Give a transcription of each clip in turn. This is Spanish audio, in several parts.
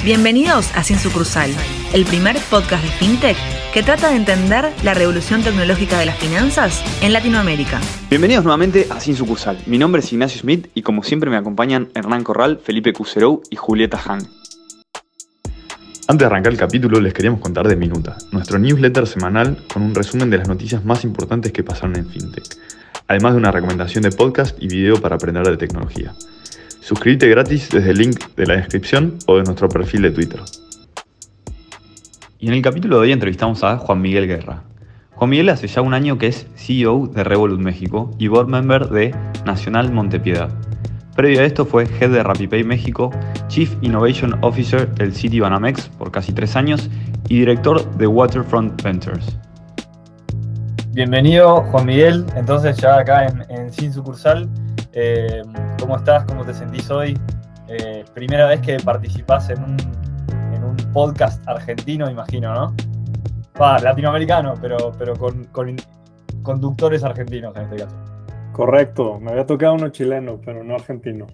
Bienvenidos a Sin Sucursal, el primer podcast de FinTech que trata de entender la revolución tecnológica de las finanzas en Latinoamérica. Bienvenidos nuevamente a Sin Sucursal. Mi nombre es Ignacio Smith y como siempre me acompañan Hernán Corral, Felipe Cuserou y Julieta Han. Antes de arrancar el capítulo les queríamos contar de Minuta, nuestro newsletter semanal con un resumen de las noticias más importantes que pasaron en FinTech, además de una recomendación de podcast y video para aprender de tecnología. Suscríbete gratis desde el link de la descripción o de nuestro perfil de Twitter. Y en el capítulo de hoy entrevistamos a Juan Miguel Guerra. Juan Miguel hace ya un año que es CEO de Revolut México y board member de Nacional Montepiedad. Previo a esto fue Head de RappiPay México, Chief Innovation Officer del Citibanamex por casi 3 años y director de Waterfront Ventures. Bienvenido, Juan Miguel, entonces ya acá en Sin Sucursal. ¿Cómo estás? ¿Cómo te sentís hoy? Primera vez que participás en un podcast argentino, imagino, ¿no? Latinoamericano, pero con conductores argentinos en este caso. Correcto, me había tocado uno chileno, pero no argentino.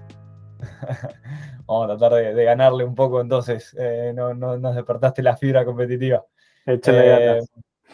Vamos a tratar de ganarle un poco, entonces. No nos despertaste la fibra competitiva. Échale ganas.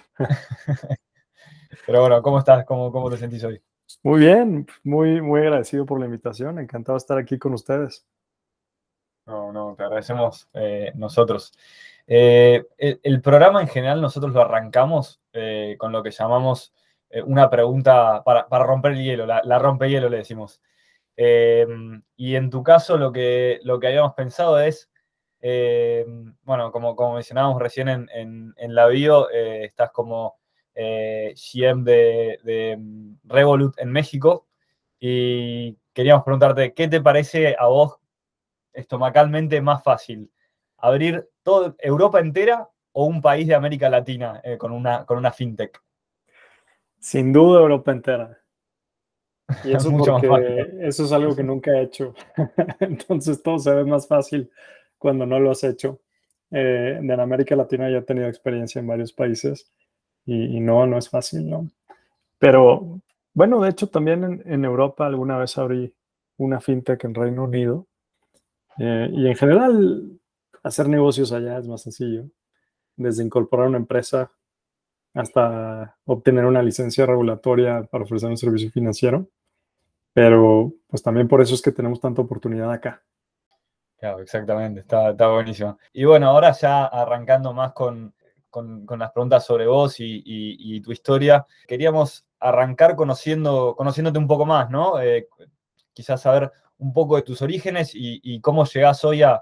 Pero bueno, ¿cómo estás? ¿Cómo te sentís hoy? Muy bien, muy agradecido por la invitación. Encantado de estar aquí con ustedes. No, te agradecemos nosotros. El programa en general nosotros lo arrancamos con lo que llamamos una pregunta para romper el hielo, la rompehielo le decimos. Y en tu caso lo que habíamos pensado es, bueno, como mencionábamos recién en la bio, estás como GM de Revolut en México y queríamos preguntarte, ¿qué te parece a vos estomacalmente más fácil? ¿Abrir toda Europa entera o un país de América Latina con una fintech? Sin duda Europa entera. Y eso Mucho porque más fácil. eso es algo que nunca he hecho. Entonces todo se ve más fácil cuando no lo has hecho. En América Latina ya he tenido experiencia en varios países y no es fácil, ¿no? Pero bueno, de hecho también en Europa alguna vez abrí una fintech en Reino Unido. Y en general, hacer negocios allá es más sencillo, desde incorporar una empresa hasta obtener una licencia regulatoria para ofrecer un servicio financiero. Pero pues también por eso es que tenemos tanta oportunidad acá. Claro, exactamente, está buenísimo. Y bueno, ahora ya arrancando más con las preguntas sobre vos y tu historia, queríamos arrancar conociéndote un poco más, ¿no? Quizás saber un poco de tus orígenes y cómo llegás hoy a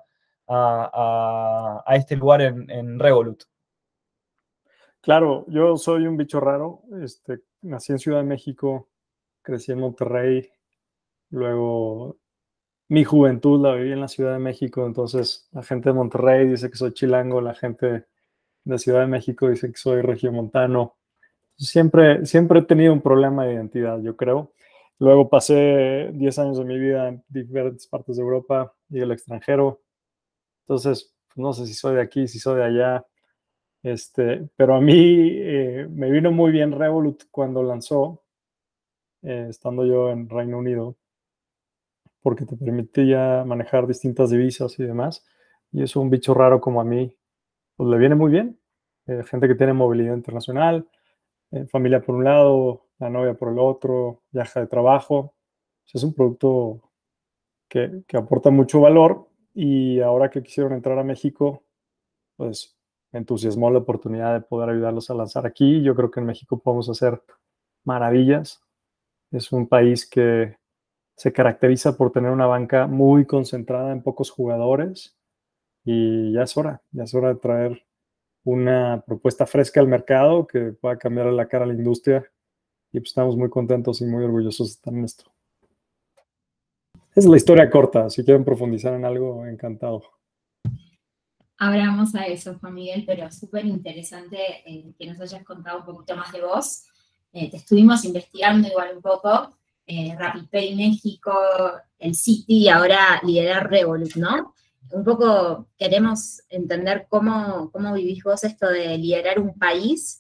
este lugar en Revolut. Claro, yo soy un bicho raro. Nací en Ciudad de México, crecí en Monterrey, luego mi juventud la viví en la Ciudad de México, entonces la gente de Monterrey dice que soy chilango, la gente de Ciudad de México dice que soy regiomontano. Siempre he tenido un problema de identidad, yo creo. Luego pasé 10 años de mi vida en diferentes partes de Europa y del extranjero. Entonces, no sé si soy de aquí, si soy de allá. Pero a mí me vino muy bien Revolut cuando lanzó, estando yo en Reino Unido, porque te permitía manejar distintas divisas y demás. Y eso un bicho raro como a mí, pues le viene muy bien. Gente que tiene movilidad internacional, familia por un lado, la novia por el otro, viaja de trabajo. Es un producto que aporta mucho valor y ahora que quisieron entrar a México, pues me entusiasmó la oportunidad de poder ayudarlos a lanzar aquí. Yo creo que en México podemos hacer maravillas. Es un país que se caracteriza por tener una banca muy concentrada en pocos jugadores y ya es hora de traer una propuesta fresca al mercado que pueda cambiar la cara a la industria y pues estamos muy contentos y muy orgullosos de estar en esto. Es la historia corta, si quieren profundizar en algo, encantado. Ahora vamos a eso, Juan Miguel, pero súper interesante que nos hayas contado un poquito más de vos. Te estuvimos investigando igual un poco, RappiPay México, el Citi y ahora liderar Revolut, ¿no? Un poco queremos entender cómo vivís vos esto de liderar un país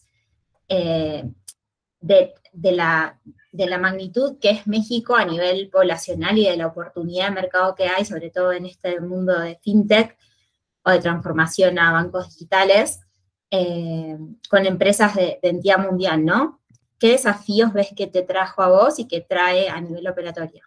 de la magnitud que es México a nivel poblacional y de la oportunidad de mercado que hay, sobre todo en este mundo de fintech. o de transformación a bancos digitales con empresas de entidad mundial, ¿no? ¿Qué desafíos ves que te trajo a vos y que trae a nivel operatorio?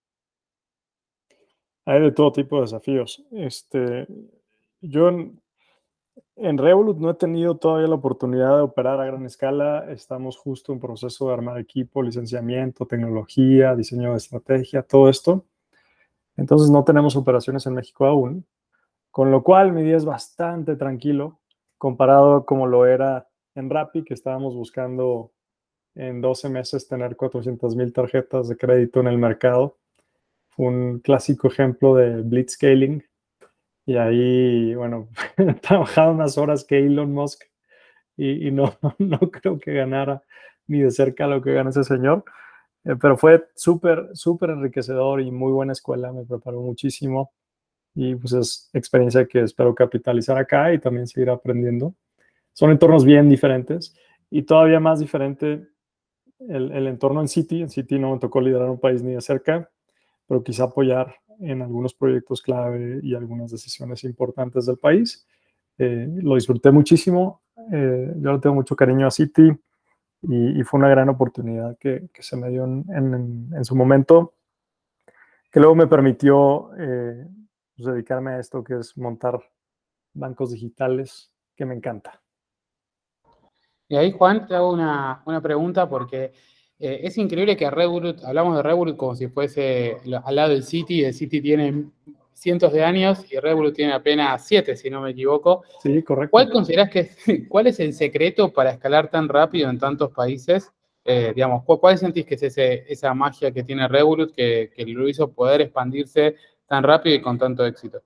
Hay de todo tipo de desafíos. Yo en Revolut no he tenido todavía la oportunidad de operar a gran escala. Estamos justo en proceso de armar equipo, licenciamiento, tecnología, diseño de estrategia, todo esto. Entonces no tenemos operaciones en México aún, con lo cual mi día es bastante tranquilo comparado como lo era en Rappi, que estábamos buscando en 12 meses tener 400,000 tarjetas de crédito en el mercado. Fue un clásico ejemplo de blitzscaling. Y ahí, bueno, trabajaba más horas que Elon Musk y no, no creo que ganara ni de cerca lo que gana ese señor. Pero fue súper, súper enriquecedor y muy buena escuela, me preparó muchísimo y pues es experiencia que espero capitalizar acá y también seguir aprendiendo. Son entornos bien diferentes y todavía más diferente el entorno en Citi. En Citi no me tocó liderar un país ni de cerca, pero quizá apoyar en algunos proyectos clave y algunas decisiones importantes del país. Lo disfruté muchísimo. Yo le tengo mucho cariño a Citi y fue una gran oportunidad que se me dio en su momento, que luego me permitió pues dedicarme a esto, que es montar bancos digitales, que me encanta. Y ahí, Juan, te hago una pregunta porque es increíble que Revolut, hablamos de Revolut como si fuese al lado del Citi. El Citi tiene cientos de años y Revolut tiene apenas 7, si no me equivoco. Sí, correcto. ¿Cuál es el secreto para escalar tan rápido en tantos países? Digamos, ¿cuál sentís que es esa magia que tiene Revolut que lo hizo poder expandirse tan rápido y con tanto éxito?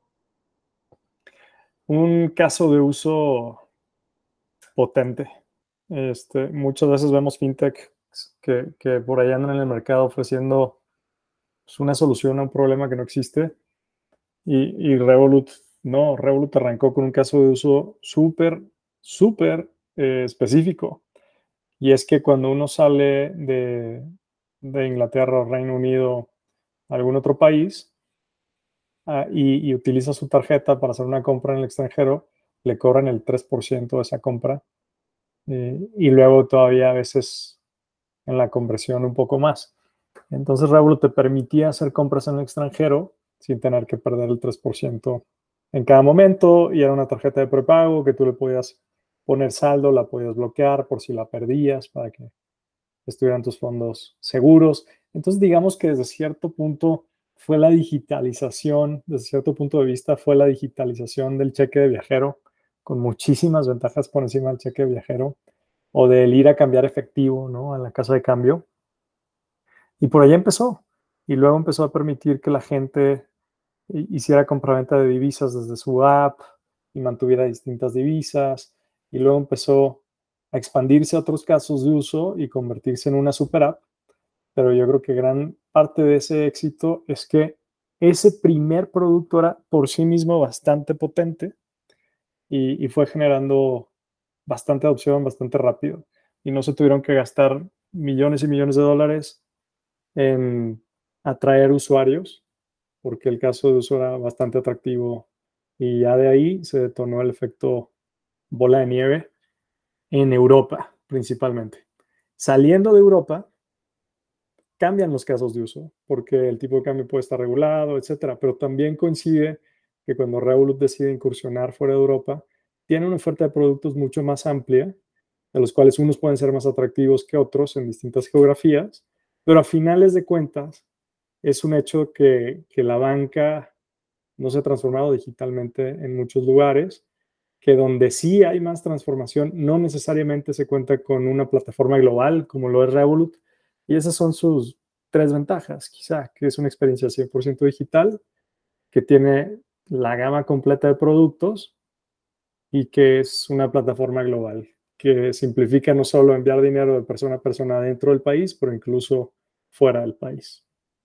Un caso de uso potente. Muchas veces vemos fintech que por ahí andan en el mercado ofreciendo pues, una solución a un problema que no existe. Y Revolut, no, Revolut arrancó con un caso de uso súper, súper específico. Y es que cuando uno sale de Inglaterra o Reino Unido a algún otro país y utiliza su tarjeta para hacer una compra en el extranjero, le cobran el 3% de esa compra. Y luego todavía a veces en la conversión un poco más. Entonces Revolut te permitía hacer compras en el extranjero sin tener que perder el 3% en cada momento y era una tarjeta de prepago que tú le podías poner saldo, la podías bloquear por si la perdías para que estuvieran tus fondos seguros. Entonces digamos que desde cierto punto fue la digitalización, desde cierto punto de vista fue la digitalización del cheque de viajero con muchísimas ventajas por encima del cheque de viajero o del ir a cambiar efectivo, ¿no? A la casa de cambio. Y por ahí empezó. Y luego empezó a permitir que la gente hiciera compraventa de divisas desde su app y mantuviera distintas divisas. Y luego empezó a expandirse a otros casos de uso y convertirse en una super app. Pero yo creo que gran parte de ese éxito es que ese primer producto era por sí mismo bastante potente y fue generando bastante adopción, bastante rápido. Y no se tuvieron que gastar millones y millones de dólares en atraer usuarios, porque el caso de uso era bastante atractivo. Y ya de ahí se detonó el efecto bola de nieve en Europa, principalmente. Saliendo de Europa, cambian los casos de uso, porque el tipo de cambio puede estar regulado, etcétera. Pero también coincide que cuando Revolut decide incursionar fuera de Europa, tiene una oferta de productos mucho más amplia, de los cuales unos pueden ser más atractivos que otros en distintas geografías, pero a finales de cuentas es un hecho que la banca no se ha transformado digitalmente en muchos lugares, que donde sí hay más transformación no necesariamente se cuenta con una plataforma global como lo es Revolut, y esas son sus 3 ventajas, quizá, que es una experiencia 100% digital, que tiene la gama completa de productos y que es una plataforma global, que simplifica no solo enviar dinero de persona a persona dentro del país, pero incluso fuera del país.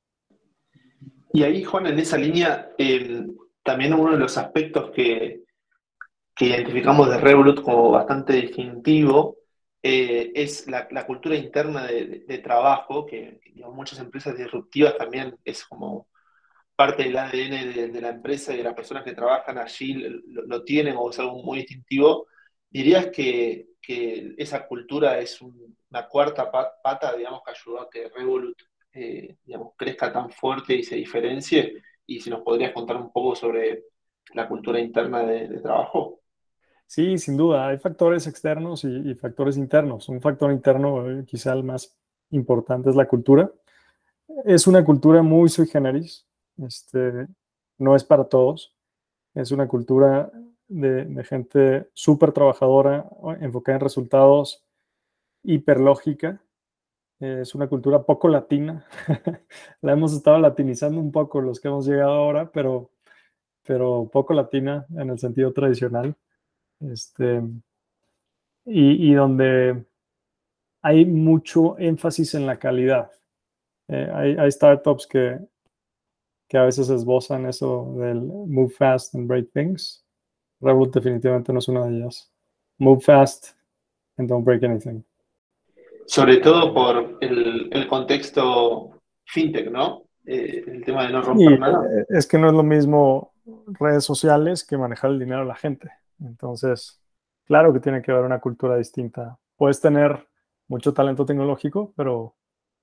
Y ahí, Juan, en esa línea, también uno de los aspectos que identificamos de Revolut como bastante distintivo es la cultura interna de trabajo, que digamos, muchas empresas disruptivas también es como parte del ADN de la empresa y de las personas que trabajan allí lo tienen o es algo muy distintivo, ¿dirías que esa cultura es una cuarta pata, digamos, que ayudó a que Revolut, digamos, crezca tan fuerte y se diferencie? Y si nos podrías contar un poco sobre la cultura interna de trabajo. Sí, sin duda, hay factores externos y factores internos. Un factor interno, quizá el más importante, es la cultura. Es una cultura muy sui generis, no es para todos. Es una cultura de gente súper trabajadora, enfocada en resultados, hiperlógica. Es una cultura poco latina. La hemos estado latinizando un poco los que hemos llegado ahora, pero poco latina en el sentido tradicional. Este, y donde hay mucho énfasis en la calidad. Hay startups que a veces esbozan eso del move fast and break things. Revolut definitivamente no es una de ellas. Move fast and don't break anything. Sobre todo por el contexto fintech, ¿no? El tema de no romper nada. Es que no es lo mismo redes sociales que manejar el dinero de la gente. Entonces, claro que tiene que haber una cultura distinta. Puedes tener mucho talento tecnológico, pero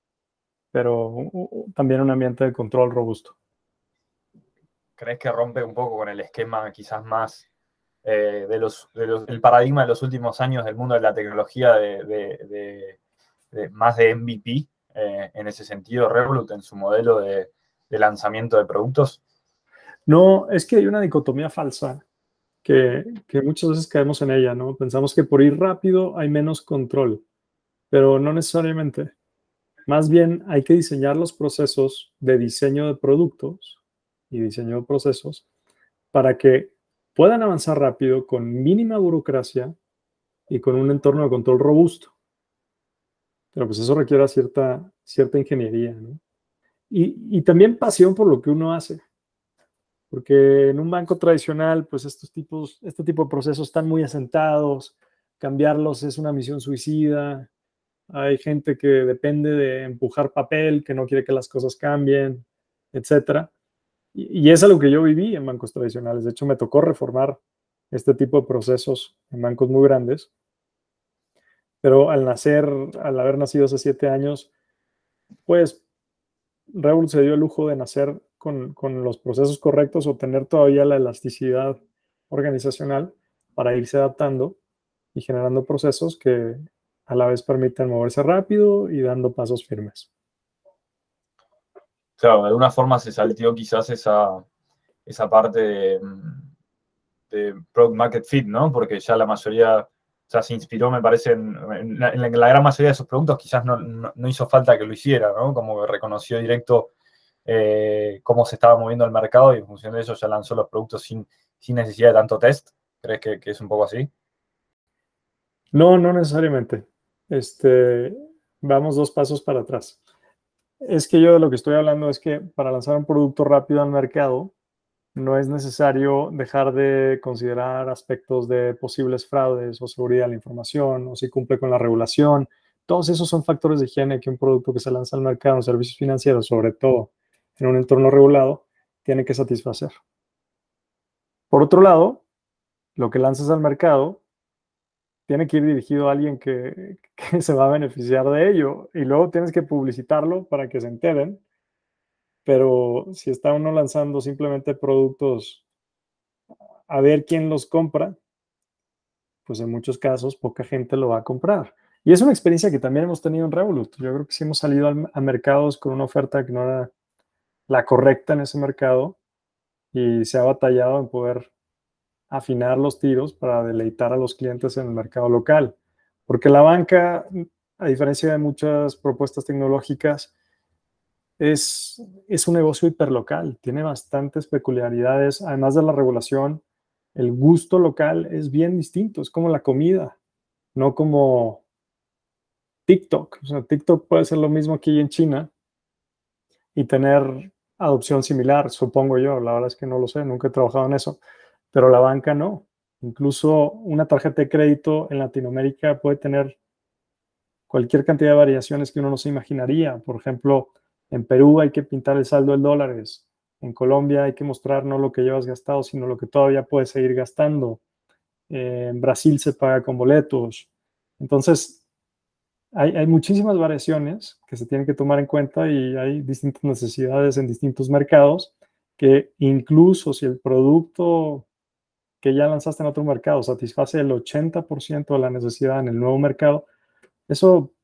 también un ambiente de control robusto. ¿Crees que rompe un poco con el esquema quizás más el paradigma de los últimos años del mundo de la tecnología más de MVP en ese sentido, Revolut, en su modelo de lanzamiento de productos? No, es que hay una dicotomía falsa que muchas veces caemos en ella, ¿no? Pensamos que por ir rápido hay menos control, pero no necesariamente. Más bien hay que diseñar los procesos de diseño de productos y diseño de procesos para que puedan avanzar rápido con mínima burocracia y con un entorno de control robusto. Pero pues eso requiere cierta ingeniería, ¿no? Y también pasión por lo que uno hace. Porque en un banco tradicional, pues este tipo de procesos están muy asentados, cambiarlos es una misión suicida, hay gente que depende de empujar papel, que no quiere que las cosas cambien, etc. Y es algo que yo viví en bancos tradicionales. De hecho, me tocó reformar este tipo de procesos en bancos muy grandes. Pero al haber nacido hace 7 años, pues Revolut se dio el lujo de nacer con los procesos correctos o tener todavía la elasticidad organizacional para irse adaptando y generando procesos que a la vez permiten moverse rápido y dando pasos firmes. Claro, de alguna forma se salteó quizás esa parte de Product Market Fit, ¿no? Porque ya la mayoría ya se inspiró, me parece, en la gran mayoría de sus productos quizás no hizo falta que lo hiciera, ¿no? Como que reconoció directo cómo se estaba moviendo el mercado y en función de eso ya lanzó los productos sin necesidad de tanto test. ¿Crees que es un poco así? No, no necesariamente. Vamos 2 pasos para atrás. Es que yo de lo que estoy hablando es que para lanzar un producto rápido al mercado, no es necesario dejar de considerar aspectos de posibles fraudes o seguridad de la información o si cumple con la regulación. Todos esos son factores de higiene que un producto que se lanza al mercado en servicios financieros, sobre todo en un entorno regulado, tiene que satisfacer. Por otro lado, lo que lanzas al mercado tiene que ir dirigido a alguien que se va a beneficiar de ello y luego tienes que publicitarlo para que se enteren. Pero si está uno lanzando simplemente productos a ver quién los compra, pues en muchos casos poca gente lo va a comprar. Y es una experiencia que también hemos tenido en Revolut. Yo creo que sí hemos salido a mercados con una oferta que no era la correcta en ese mercado y se ha batallado en poder afinar los tiros para deleitar a los clientes en el mercado local. Porque la banca, a diferencia de muchas propuestas tecnológicas, es un negocio hiperlocal, tiene bastantes peculiaridades, además de la regulación, el gusto local es bien distinto, es como la comida, no como TikTok. O sea, TikTok puede ser lo mismo aquí en China y tener adopción similar, supongo yo, la verdad es que no lo sé, nunca he trabajado en eso, pero la banca no. Incluso una tarjeta de crédito en Latinoamérica puede tener cualquier cantidad de variaciones que uno no se imaginaría. Por ejemplo, en Perú hay que pintar el saldo en dólares, En Colombia hay que mostrar no lo que llevas gastado, sino lo que todavía puedes seguir gastando. En Brasil se paga con boletos. Entonces, hay muchísimas variaciones que se tienen que tomar en cuenta y hay distintas necesidades en distintos mercados que incluso si el producto que ya lanzaste en otro mercado satisface el 80% de la necesidad en el nuevo mercado, eso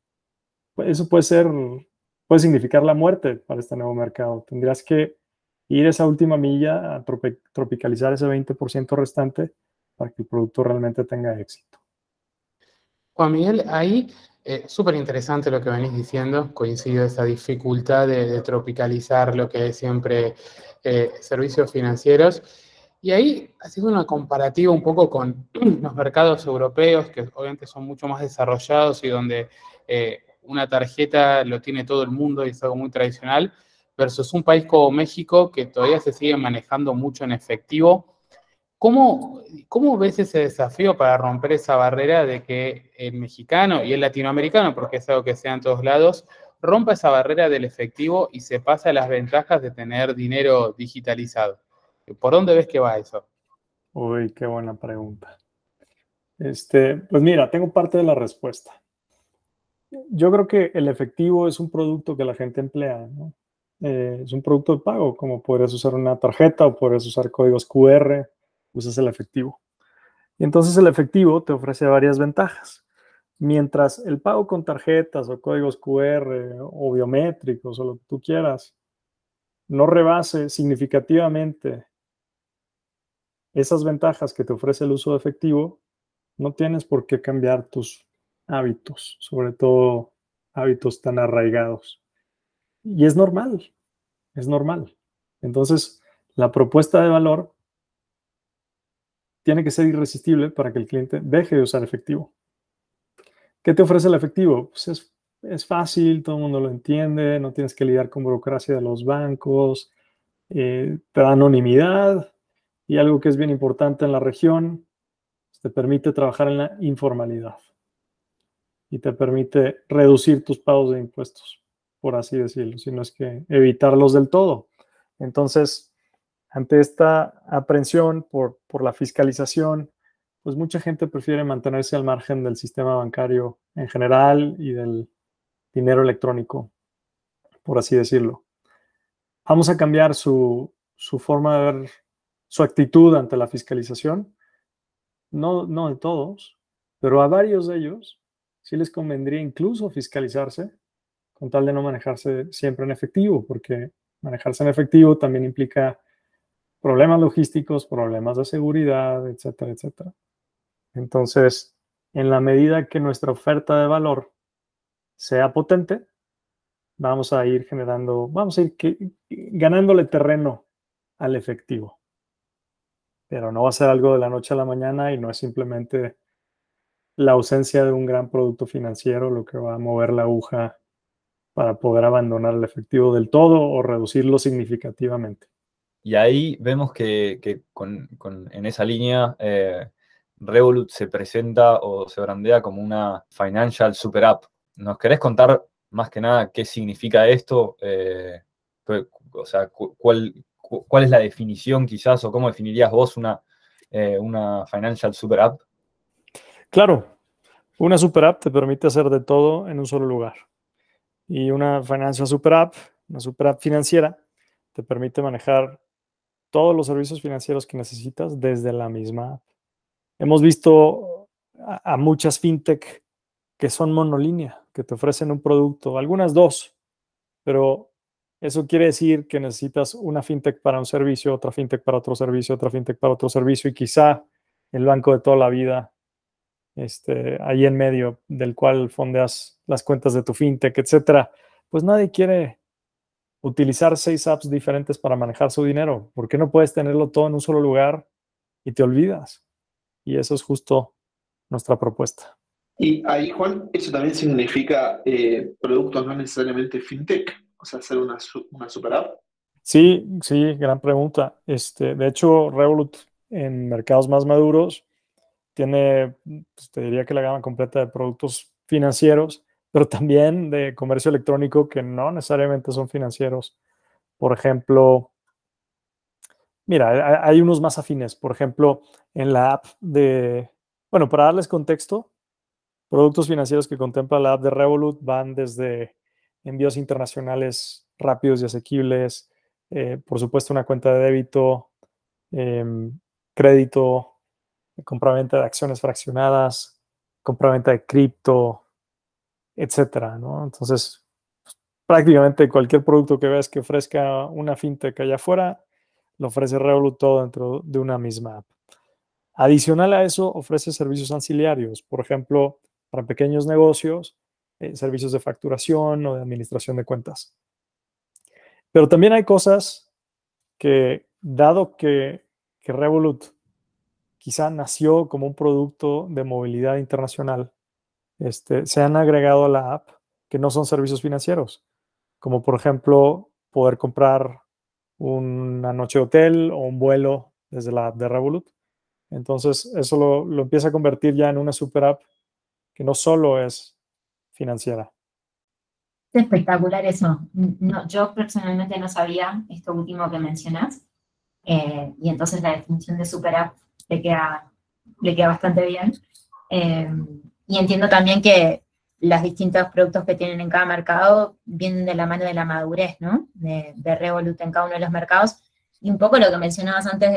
puede significar la muerte para este nuevo mercado. Tendrías que ir esa última milla a tropicalizar ese 20% restante para que el producto realmente tenga éxito. Juan Miguel, ahí súper interesante lo que venís diciendo, coincido esa dificultad de tropicalizar lo que es siempre servicios financieros. Y ahí, haciendo una comparativa un poco con los mercados europeos, que obviamente son mucho más desarrollados y donde una tarjeta lo tiene todo el mundo y es algo muy tradicional, versus un país como México que todavía se sigue manejando mucho en efectivo. ¿Cómo ves ese desafío para romper esa barrera de que el mexicano y el latinoamericano, porque es algo que sea en todos lados, rompa esa barrera del efectivo y se pase a las ventajas de tener dinero digitalizado? ¿Por dónde ves que va eso? Uy, qué buena pregunta. Pues mira, tengo parte de la respuesta. Yo creo que el efectivo es un producto que la gente emplea, ¿no? Es un producto de pago, como podrías usar una tarjeta o podrías usar códigos QR, usas el efectivo. Y entonces el efectivo te ofrece varias ventajas. Mientras el pago con tarjetas o códigos QR o biométricos o lo que tú quieras no rebase significativamente esas ventajas que te ofrece el uso de efectivo, no tienes por qué cambiar tus hábitos, sobre todo hábitos tan arraigados. Y es normal, es normal. Entonces, la propuesta de valor tiene que ser irresistible para que el cliente deje de usar efectivo. ¿Qué te ofrece el efectivo? Pues es fácil, todo el mundo lo entiende, no tienes que lidiar con burocracia de los bancos, te da anonimidad y algo que es bien importante en la región, te permite trabajar en la informalidad y te permite reducir tus pagos de impuestos, por así decirlo, si no es que evitarlos del todo. Entonces, ante esta aprensión por la fiscalización, pues mucha gente prefiere mantenerse al margen del sistema bancario en general y del dinero electrónico, por así decirlo. Vamos a cambiar su forma de ver, su actitud ante la fiscalización. No de todos, pero a varios de ellos sí les convendría incluso fiscalizarse con tal de no manejarse siempre en efectivo, porque manejarse en efectivo también implica problemas logísticos, problemas de seguridad, etcétera, etcétera. Entonces, en la medida que nuestra oferta de valor sea potente, vamos a ir ganándole terreno al efectivo. Pero no va a ser algo de la noche a la mañana y no es simplemente la ausencia de un gran producto financiero lo que va a mover la aguja para poder abandonar el efectivo del todo o reducirlo significativamente. Y ahí vemos que en esa línea Revolut se presenta o se brandea como una financial super app. ¿Nos querés contar más que nada qué significa esto? O sea, ¿cuál es la definición quizás o cómo definirías vos una financial super app? Claro, una super app te permite hacer de todo en un solo lugar. Y una financial super app, una super app financiera, te permite manejar todos los servicios financieros que necesitas desde la misma app. Hemos visto a muchas fintech que son monolínea, que te ofrecen un producto, algunas dos, pero eso quiere decir que necesitas una fintech para un servicio, otra fintech para otro servicio, otra fintech para otro servicio y quizá el banco de toda la vida ahí en medio del cual fondeas las cuentas de tu fintech, etcétera. Pues nadie quiere utilizar 6 apps diferentes para manejar su dinero. ¿Por qué no puedes tenerlo todo en un solo lugar y te olvidas? Y eso es justo nuestra propuesta. Y ahí, Juan, eso también significa productos no necesariamente fintech, o sea, hacer una super app. Sí, gran pregunta. De hecho, Revolut en mercados más maduros tiene, pues, te diría que la gama completa de productos financieros, pero también de comercio electrónico que no necesariamente son financieros. Por ejemplo, Mira, hay unos más afines. Por ejemplo, en la app bueno, para darles contexto, productos financieros que contempla la app de Revolut van desde envíos internacionales rápidos y asequibles, por supuesto una cuenta de débito, crédito, compraventa de acciones fraccionadas, compraventa de cripto, etcétera, ¿no? Entonces, prácticamente cualquier producto que veas que ofrezca una fintech allá afuera, lo ofrece Revolut todo dentro de una misma app. Adicional a eso, ofrece servicios ancillarios, por ejemplo, para pequeños negocios, servicios de facturación o de administración de cuentas. Pero también hay cosas que, dado que Revolut quizá nació como un producto de movilidad internacional, se han agregado a la app que no son servicios financieros, como por ejemplo poder comprar una noche de hotel o un vuelo desde la app de Revolut. Entonces, eso lo empieza a convertir ya en una super app que no solo es financiera. Es espectacular eso. No, yo personalmente no sabía esto último que mencionas, y entonces la definición de super app le queda bastante bien. Y entiendo también que los distintos productos que tienen en cada mercado vienen de la mano de la madurez, ¿no? De Revolut en cada uno de los mercados. Y un poco lo que mencionabas antes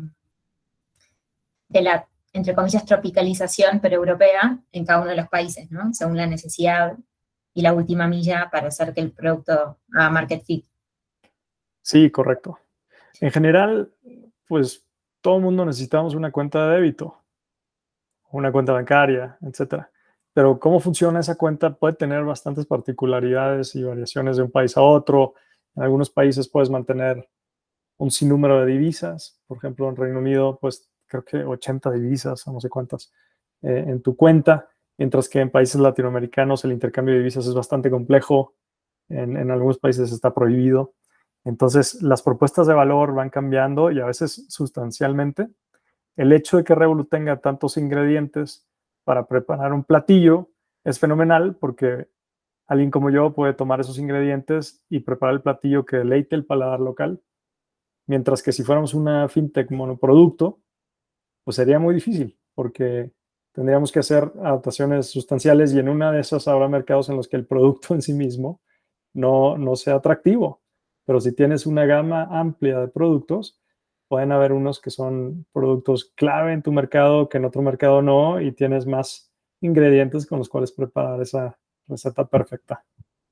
de la, entre comillas, tropicalización, pero europea, en cada uno de los países, ¿no? Según la necesidad y la última milla para hacer que el producto haga market fit. Sí, correcto. En general, pues todo el mundo necesitamos una cuenta de débito, una cuenta bancaria, etcétera. Pero cómo funciona esa cuenta puede tener bastantes particularidades y variaciones de un país a otro. En algunos países puedes mantener un sinnúmero de divisas. Por ejemplo, en Reino Unido, pues creo que 80 divisas o no sé cuántas en tu cuenta, mientras que en países latinoamericanos el intercambio de divisas es bastante complejo. En algunos países está prohibido. Entonces, las propuestas de valor van cambiando y a veces sustancialmente. El hecho de que Revolut tenga tantos ingredientes para preparar un platillo es fenomenal porque alguien como yo puede tomar esos ingredientes y preparar el platillo que deleite el paladar local, mientras que si fuéramos una fintech monoproducto, pues sería muy difícil porque tendríamos que hacer adaptaciones sustanciales y en una de esas habrá mercados en los que el producto en sí mismo no sea atractivo. Pero si tienes una gama amplia de productos, pueden haber unos que son productos clave en tu mercado que en otro mercado no, y tienes más ingredientes con los cuales preparar esa receta perfecta.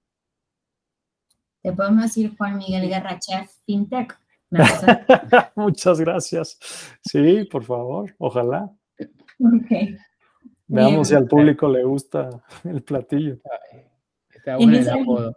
¿Te podemos decir Juan Miguel Guerra, chef fintech? Muchas gracias. Sí, por favor, ojalá. Okay. Veamos si al público le gusta el platillo. Está bueno el apodo.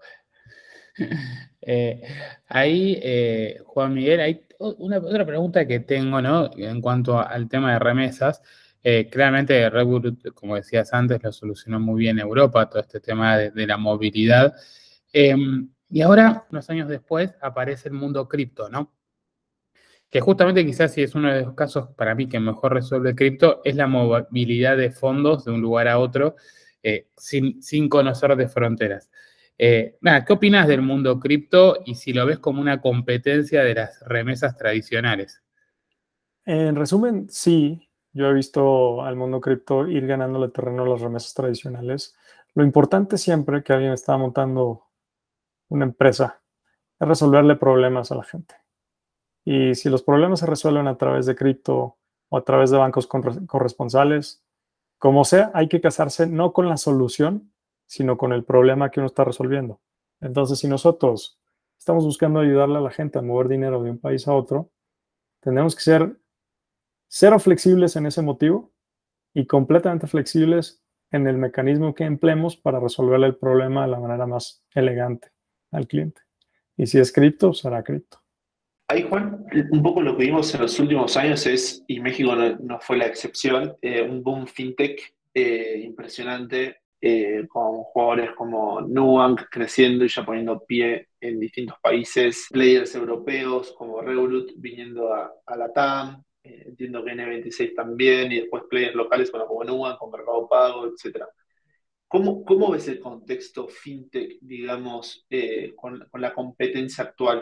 Juan Miguel, hay otra pregunta que tengo, ¿no? En cuanto al tema de remesas. Claramente Revolut, como decías antes, lo solucionó muy bien Europa, todo este tema de la movilidad. Y ahora, unos años después, aparece el mundo cripto, ¿no? Que justamente quizás si es uno de los casos para mí que mejor resuelve cripto, es la movilidad de fondos de un lugar a otro sin conocer de fronteras. ¿Qué opinas del mundo cripto y si lo ves como una competencia de las remesas tradicionales? En resumen, sí, yo he visto al mundo cripto ir ganándole terreno a las remesas tradicionales. Lo importante siempre que alguien está montando una empresa es resolverle problemas a la gente. Y si los problemas se resuelven a través de cripto o a través de bancos corresponsales, como sea, hay que casarse no con la solución, sino con el problema que uno está resolviendo. Entonces, si nosotros estamos buscando ayudarle a la gente a mover dinero de un país a otro, tenemos que ser cero flexibles en ese motivo y completamente flexibles en el mecanismo que empleemos para resolverle el problema de la manera más elegante al cliente. Y si es cripto, será cripto. Ahí, Juan, un poco lo que vimos en los últimos años es, y México no fue la excepción, un boom fintech impresionante, con jugadores como Nubank creciendo y ya poniendo pie en distintos países, players europeos como Revolut viniendo a LATAM, entiendo que N26 también, y después players locales como Nubank, con Mercado Pago, etc. ¿Cómo ves el contexto fintech, digamos, con la competencia actual?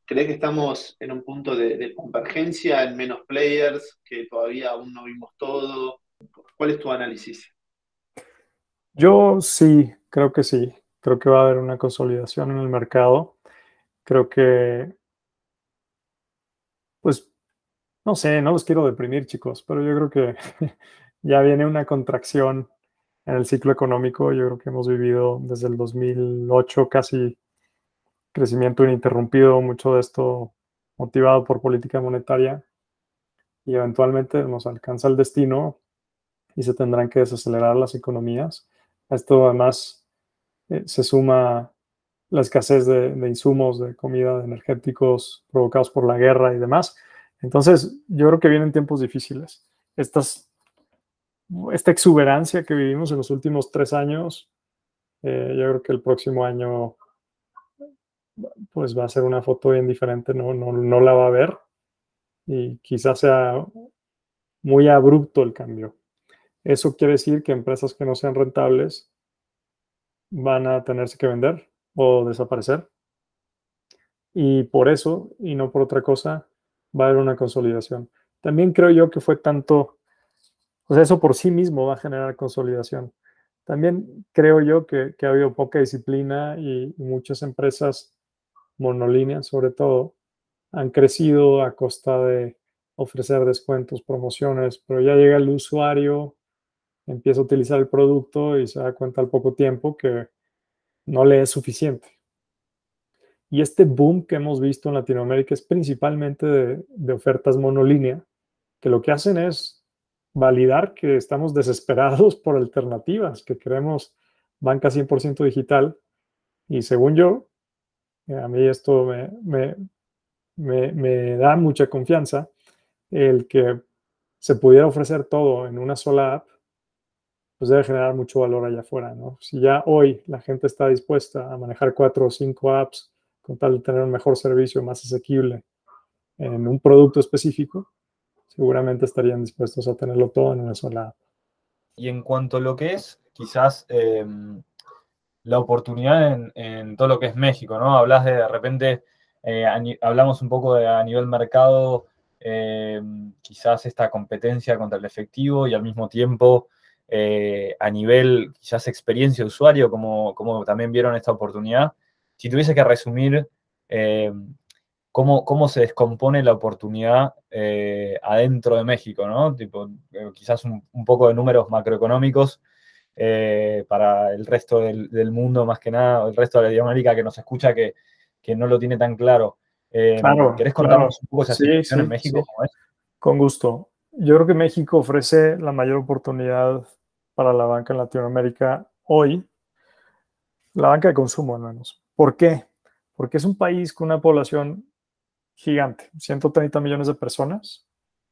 ¿Crees que estamos en un punto de convergencia, en menos players, que todavía aún no vimos todo? ¿Cuál es tu análisis? Yo sí, creo que sí. Creo que va a haber una consolidación en el mercado. Creo que, pues, no sé, no los quiero deprimir, chicos, pero yo creo que ya viene una contracción en el ciclo económico. Yo creo que hemos vivido desde el 2008 casi crecimiento ininterrumpido, mucho de esto motivado por política monetaria, y eventualmente nos alcanza el destino y se tendrán que desacelerar las economías. A esto además se suma la escasez de insumos, de comida, de energéticos provocados por la guerra y demás. Entonces, yo creo que vienen tiempos difíciles. Esta exuberancia que vivimos en los últimos 3 años, yo creo que el próximo año pues va a ser una foto bien diferente, no la va a ver y quizás sea muy abrupto el cambio. Eso quiere decir que empresas que no sean rentables van a tenerse que vender o desaparecer. Y por eso, y no por otra cosa, va a haber una consolidación. También creo yo que fue tanto, o sea, eso por sí mismo va a generar consolidación. También creo yo que ha habido poca disciplina y muchas empresas monolíneas, sobre todo, han crecido a costa de ofrecer descuentos, promociones, pero ya llega el usuario, empieza a utilizar el producto y se da cuenta al poco tiempo que no le es suficiente. Y este boom que hemos visto en Latinoamérica es principalmente de ofertas monolínea, que lo que hacen es validar que estamos desesperados por alternativas, que queremos banca 100% digital. Y según yo, a mí esto me da mucha confianza, el que se pudiera ofrecer todo en una sola app, pues debe generar mucho valor allá afuera, ¿no? Si ya hoy la gente está dispuesta a manejar 4 o 5 apps con tal de tener un mejor servicio más asequible en un producto específico, seguramente estarían dispuestos a tenerlo todo en una sola app. Y en cuanto a lo que es quizás la oportunidad en todo lo que es México, ¿no? Hablas de repente, hablamos un poco a nivel mercado, quizás esta competencia contra el efectivo y al mismo tiempo a nivel quizás experiencia de usuario, como también vieron esta oportunidad. Si tuviese que resumir cómo se descompone la oportunidad adentro de México, ¿no? Tipo, quizás un poco de números macroeconómicos para el resto del mundo, más que nada, el resto de Latinoamérica que nos escucha que no lo tiene tan claro. Claro, ¿Querés claro. contarnos un poco esa Sí, situación en sí, México? sí. ¿Cómo es? Con gusto. Yo creo que México ofrece la mayor oportunidad para la banca en Latinoamérica hoy, la banca de consumo al menos. ¿Por qué? Porque es un país con una población gigante, 130 millones de personas,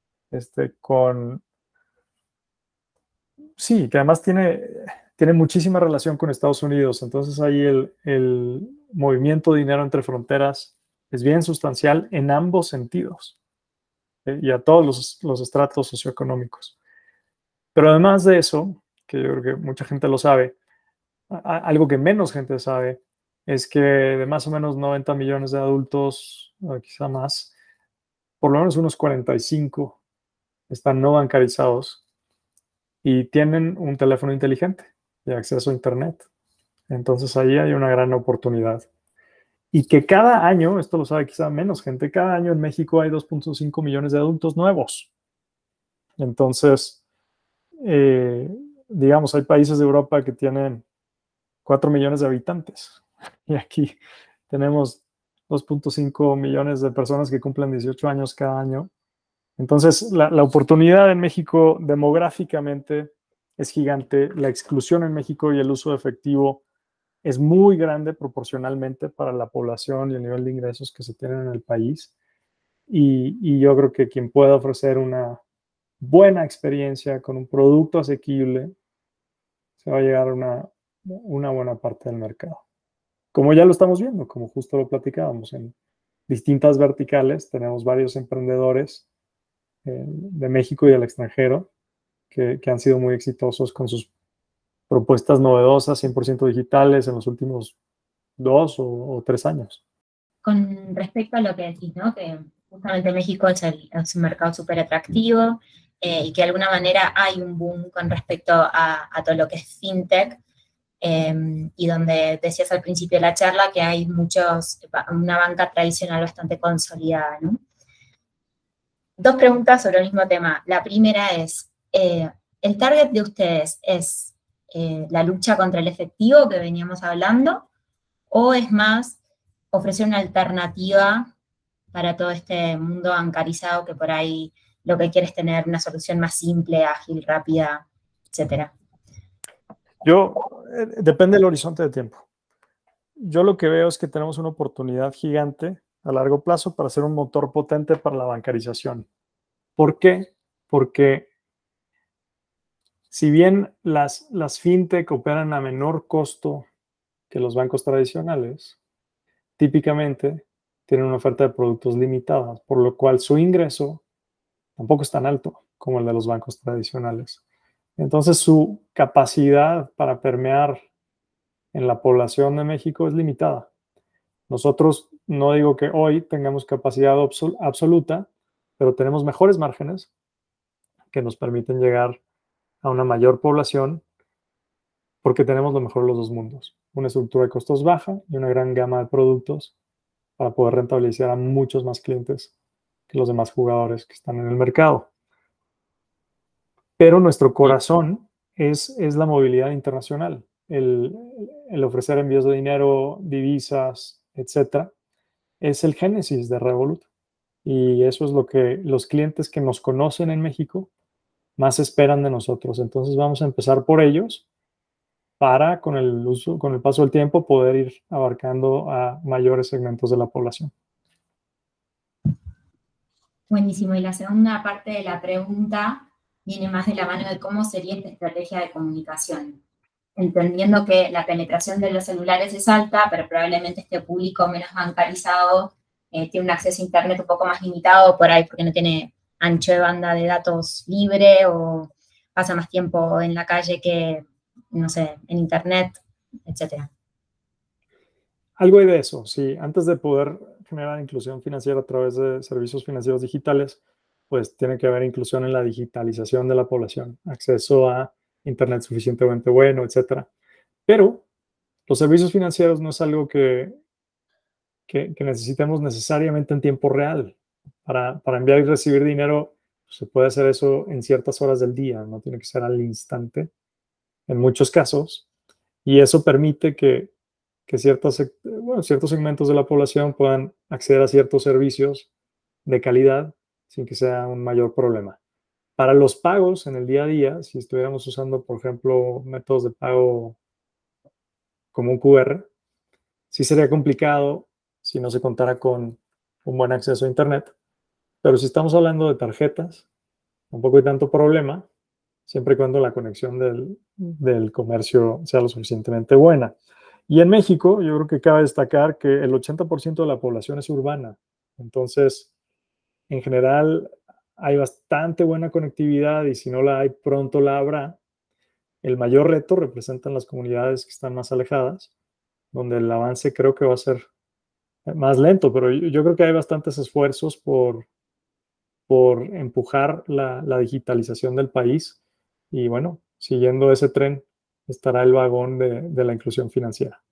sí, que además tiene muchísima relación con Estados Unidos. Entonces ahí el movimiento de dinero entre fronteras es bien sustancial en ambos sentidos, y a todos los estratos socioeconómicos. Pero además de eso, que yo creo que mucha gente lo sabe, algo que menos gente sabe es que de más o menos 90 millones de adultos, o quizá más, por lo menos unos 45 están no bancarizados y tienen un teléfono inteligente y acceso a Internet. Entonces ahí hay una gran oportunidad. Y que cada año, esto lo sabe quizá menos gente, cada año en México hay 2.5 millones de adultos nuevos. Entonces, digamos, hay países de Europa que tienen 4 millones de habitantes y aquí tenemos 2.5 millones de personas que cumplen 18 años cada año. Entonces, la oportunidad en México demográficamente es gigante. La exclusión en México y el uso de efectivo es muy grande proporcionalmente para la población y el nivel de ingresos que se tienen en el país. Y yo creo que quien pueda ofrecer una buena experiencia con un producto asequible, se va a llegar a una buena parte del mercado. Como ya lo estamos viendo, como justo lo platicábamos, en distintas verticales tenemos varios emprendedores de México y del extranjero que han sido muy exitosos con sus propuestas novedosas, 100% digitales en los últimos 2 o 3 años. con respecto a lo que decís, ¿no? Que justamente México es un mercado súper atractivo y que de alguna manera hay un boom con respecto a todo lo que es fintech. Y donde decías al principio de la charla que hay una banca tradicional bastante consolidada, ¿no? Dos preguntas sobre el mismo tema. La primera es, ¿el target de ustedes es la lucha contra el efectivo que veníamos hablando o es más ofrecer una alternativa para todo este mundo bancarizado que por ahí lo que quiere es tener una solución más simple, ágil, rápida, etcétera? Depende del horizonte de tiempo. Yo lo que veo es que tenemos una oportunidad gigante a largo plazo para ser un motor potente para la bancarización. ¿Por qué? Porque si bien las fintech operan a menor costo que los bancos tradicionales, típicamente tienen una oferta de productos limitada, por lo cual su ingreso tampoco es tan alto como el de los bancos tradicionales. Entonces, su capacidad para permear en la población de México es limitada. Nosotros, no digo que hoy tengamos capacidad absoluta, pero tenemos mejores márgenes que nos permiten llegar a una mayor población porque tenemos lo mejor de los dos mundos. Una estructura de costos baja y una gran gama de productos para poder rentabilizar a muchos más clientes que los demás jugadores que están en el mercado. Pero nuestro corazón es la movilidad internacional, el ofrecer envíos de dinero, divisas, etcétera. Es el génesis de Revolut y eso es lo que los clientes que nos conocen en México más esperan de nosotros. Entonces vamos a empezar por ellos para con el paso del tiempo poder ir abarcando a mayores segmentos de la población. Buenísimo. Y la segunda parte de la pregunta viene más de la mano de cómo sería esta estrategia de comunicación. Entendiendo que la penetración de los celulares es alta, pero probablemente este público menos bancarizado tiene un acceso a Internet un poco más limitado por ahí porque no tiene ancho de banda de datos libre o pasa más tiempo en la calle que, no sé, en Internet, etcétera. Algo hay de eso, sí. Antes de poder generar inclusión financiera a través de servicios financieros digitales, pues tiene que haber inclusión en la digitalización de la población, acceso a Internet suficientemente bueno, etcétera. Pero los servicios financieros no es algo que necesitemos necesariamente en tiempo real. Para enviar y recibir dinero, pues, se puede hacer eso en ciertas horas del día, no tiene que ser al instante, en muchos casos. Y eso permite que ciertos segmentos de la población puedan acceder a ciertos servicios de calidad sin que sea un mayor problema. Para los pagos en el día a día, si estuviéramos usando, por ejemplo, métodos de pago como un QR, sí sería complicado si no se contara con un buen acceso a Internet. Pero si estamos hablando de tarjetas, tampoco hay tanto problema, siempre y cuando la conexión del comercio sea lo suficientemente buena. Y en México, yo creo que cabe destacar que el 80% de la población es urbana. Entonces, en general, hay bastante buena conectividad y si no la hay, pronto la habrá. El mayor reto representan las comunidades que están más alejadas, donde el avance creo que va a ser más lento, pero yo creo que hay bastantes esfuerzos por empujar la digitalización del país y bueno, siguiendo ese tren estará el vagón de la inclusión financiera.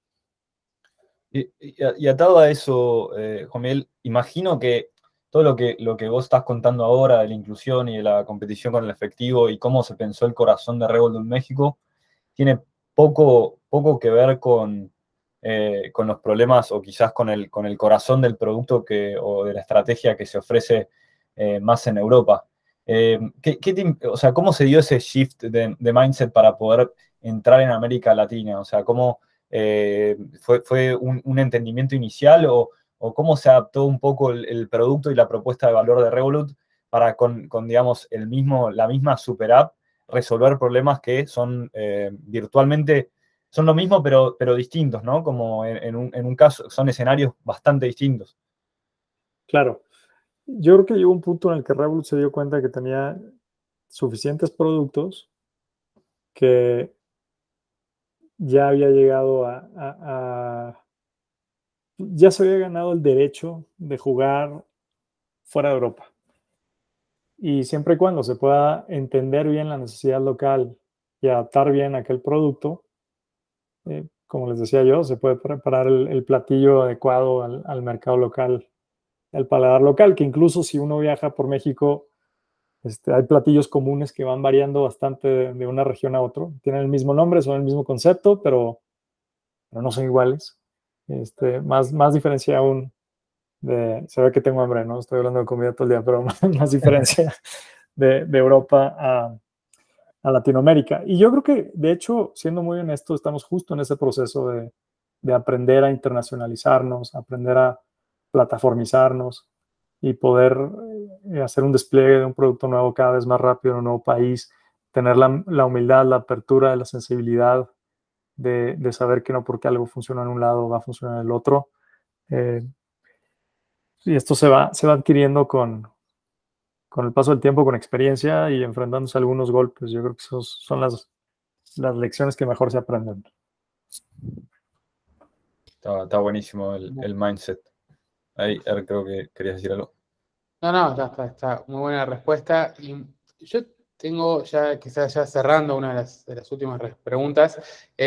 Y atado a eso, Juan Miguel, imagino que todo lo que vos estás contando ahora de la inclusión y de la competición con el efectivo y cómo se pensó el corazón de Revolut México, tiene poco que ver con los problemas o quizás con el corazón del producto o de la estrategia que se ofrece más en Europa. O sea, ¿cómo se dio ese shift de mindset para poder entrar en América Latina? O sea, ¿cómo fue un entendimiento inicial o cómo se adaptó un poco el producto y la propuesta de valor de Revolut para con digamos, la misma super app resolver problemas que son virtualmente, son lo mismo pero distintos, ¿no? Como en un caso, son escenarios bastante distintos. Claro. Yo creo que llegó un punto en el que Revolut se dio cuenta que tenía suficientes productos que ya había llegado a ya se había ganado el derecho de jugar fuera de Europa. Y siempre y cuando se pueda entender bien la necesidad local y adaptar bien aquel producto, como les decía yo, se puede preparar el platillo adecuado al mercado local, al paladar local, que incluso si uno viaja por México, hay platillos comunes que van variando bastante de una región a otra. Tienen el mismo nombre, son el mismo concepto, pero no son iguales. Más diferencia aún se ve que tengo hambre, ¿no? Estoy hablando de comida todo el día, pero más diferencia de Europa a Latinoamérica. Y yo creo que, de hecho, siendo muy honesto, estamos justo en ese proceso de aprender a internacionalizarnos, aprender a plataformizarnos y poder hacer un despliegue de un producto nuevo cada vez más rápido en un nuevo país, tener la humildad, la apertura, la sensibilidad de saber que no porque algo funciona en un lado va a funcionar en el otro. Y esto se va adquiriendo con el paso del tiempo, con experiencia y enfrentándose a algunos golpes. Yo creo que esas son las lecciones que mejor se aprenden. Está buenísimo el mindset. Ahí, creo que querías decir algo. No, está muy buena respuesta. Y yo tengo ya, quizás ya cerrando una de las últimas preguntas,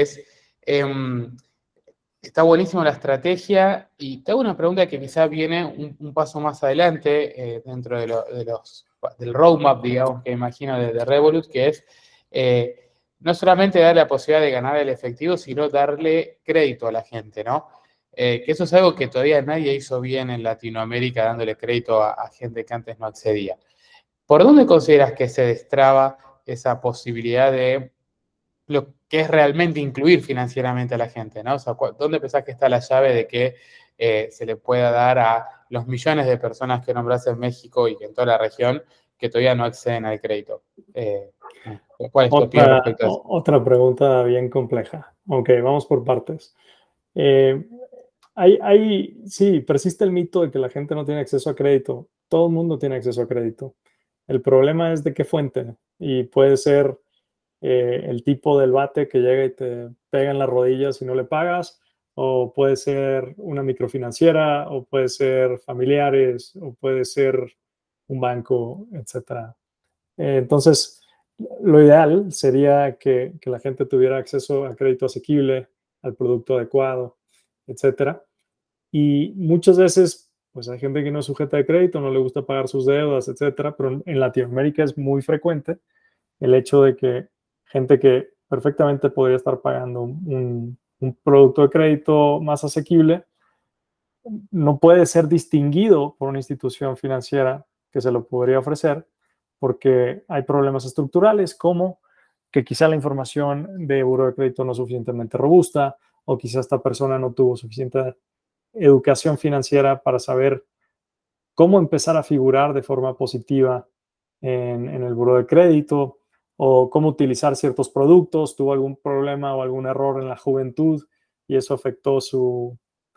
está buenísima la estrategia y te hago una pregunta que quizás viene un paso más adelante dentro del roadmap, digamos, que imagino de Revolut, que es no solamente dar la posibilidad de ganar el efectivo, sino darle crédito a la gente, ¿no? Que eso es algo que todavía nadie hizo bien en Latinoamérica, dándole crédito a gente que antes no accedía. ¿Por dónde consideras que se destraba esa posibilidad de lo que es realmente incluir financieramente a la gente, ¿no? O sea, ¿dónde pensás que está la llave de que se le pueda dar a los millones de personas que nombrás en México y que en toda la región que todavía no acceden al crédito? ¿Cuál es tu opinión respecto a eso? Otra pregunta bien compleja. Ok, vamos por partes. Sí, persiste el mito de que la gente no tiene acceso a crédito. Todo el mundo tiene acceso a crédito. El problema es de qué fuente. Y puede ser el tipo del bate que llega y te pega en las rodillas si no le pagas, o puede ser una microfinanciera, o puede ser familiares, o puede ser un banco, etc. Entonces, lo ideal sería que la gente tuviera acceso a crédito asequible, al producto adecuado, etcétera. Y muchas veces, pues hay gente que no es sujeta de crédito, no le gusta pagar sus deudas, etcétera, pero en Latinoamérica es muy frecuente el hecho de que gente que perfectamente podría estar pagando un producto de crédito más asequible no puede ser distinguido por una institución financiera que se lo podría ofrecer porque hay problemas estructurales como que quizá la información de buro de crédito no es suficientemente robusta o quizá esta persona no tuvo suficiente educación financiera para saber cómo empezar a figurar de forma positiva en el buro de crédito o cómo utilizar ciertos productos, tuvo algún problema o algún error en la juventud y eso afectó su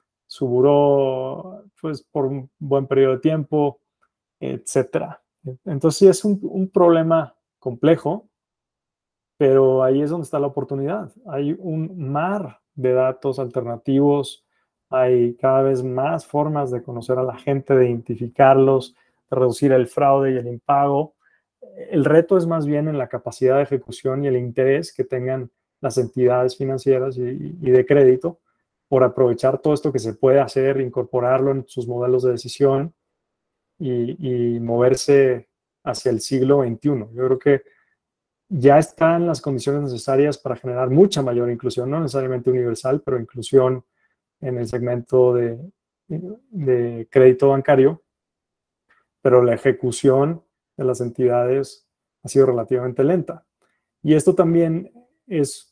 buró pues, por un buen periodo de tiempo, etcétera. Entonces sí es un problema complejo, pero ahí es donde está la oportunidad. Hay un mar de datos alternativos, hay cada vez más formas de conocer a la gente, de identificarlos, de reducir el fraude y el impago. El reto es más bien en la capacidad de ejecución y el interés que tengan las entidades financieras y de crédito por aprovechar todo esto que se puede hacer, incorporarlo en sus modelos de decisión y moverse hacia el siglo XXI. Yo creo que ya están las condiciones necesarias para generar mucha mayor inclusión, no necesariamente universal, pero inclusión en el segmento de crédito bancario, pero la ejecución de las entidades ha sido relativamente lenta. Y esto también es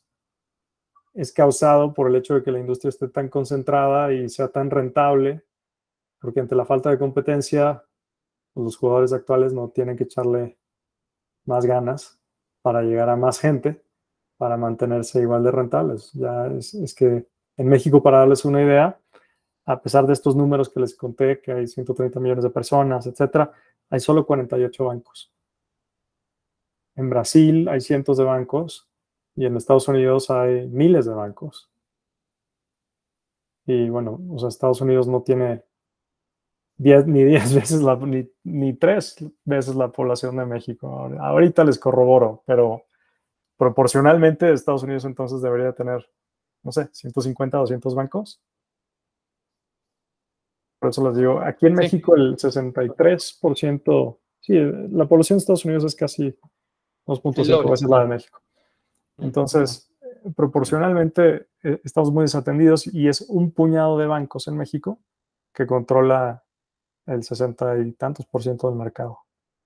causado por el hecho de que la industria esté tan concentrada y sea tan rentable, porque ante la falta de competencia, pues los jugadores actuales no tienen que echarle más ganas para llegar a más gente, para mantenerse igual de rentables. Ya es que en México, para darles una idea, a pesar de estos números que les conté, que hay 130 millones de personas, etcétera, hay solo 48 bancos. En Brasil hay cientos de bancos y en Estados Unidos hay miles de bancos. Y bueno, o sea, Estados Unidos no tiene 10 veces ni 3 veces la población de México. Ahorita les corroboro, pero proporcionalmente Estados Unidos entonces debería tener, no sé, 150, 200 bancos. Por eso les digo, aquí en México el 63%, sí, la población de Estados Unidos es casi 2.5 veces la de México. Entonces, proporcionalmente estamos muy desatendidos y es un puñado de bancos en México que controla el 60 y tantos % del mercado.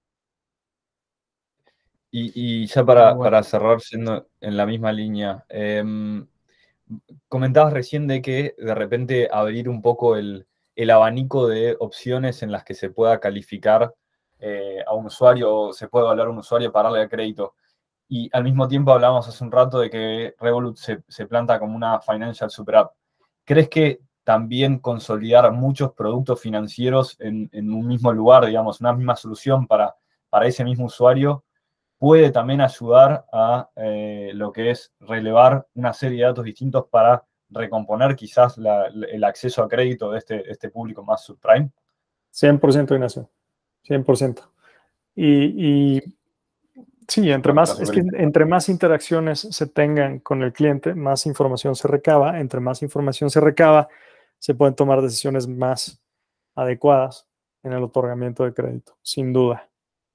Y ya para cerrar, siendo en la misma línea, comentabas recién de que de repente abrir un poco el abanico de opciones en las que se pueda calificar a un usuario o se puede evaluar a un usuario para darle crédito. Y al mismo tiempo hablábamos hace un rato de que Revolut se planta como una financial super app. ¿Crees que también consolidar muchos productos financieros en un mismo lugar, digamos, una misma solución para ese mismo usuario, puede también ayudar a lo que es relevar una serie de datos distintos para recomponer quizás el acceso a crédito de este público más subprime? 100%, Ignacio, 100%. Y sí, entre más interacciones se tengan con el cliente, más información se recaba. Entre más información se recaba, se pueden tomar decisiones más adecuadas en el otorgamiento de crédito, sin duda.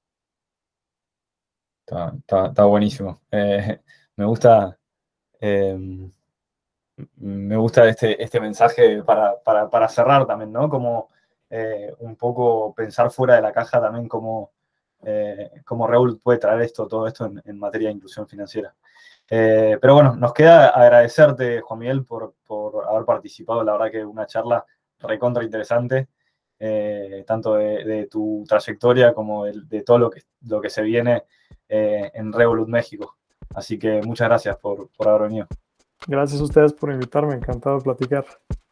Está buenísimo. Me gusta este mensaje para cerrar también, ¿no? Como un poco pensar fuera de la caja también cómo Revolut puede traer todo esto en materia de inclusión financiera. Pero bueno, nos queda agradecerte, Juan Miguel, por haber participado. La verdad que una charla recontra interesante, tanto de tu trayectoria como de todo lo que se viene en Revolut México. Así que muchas gracias por haber venido. Gracias a ustedes por invitarme, encantado de platicar.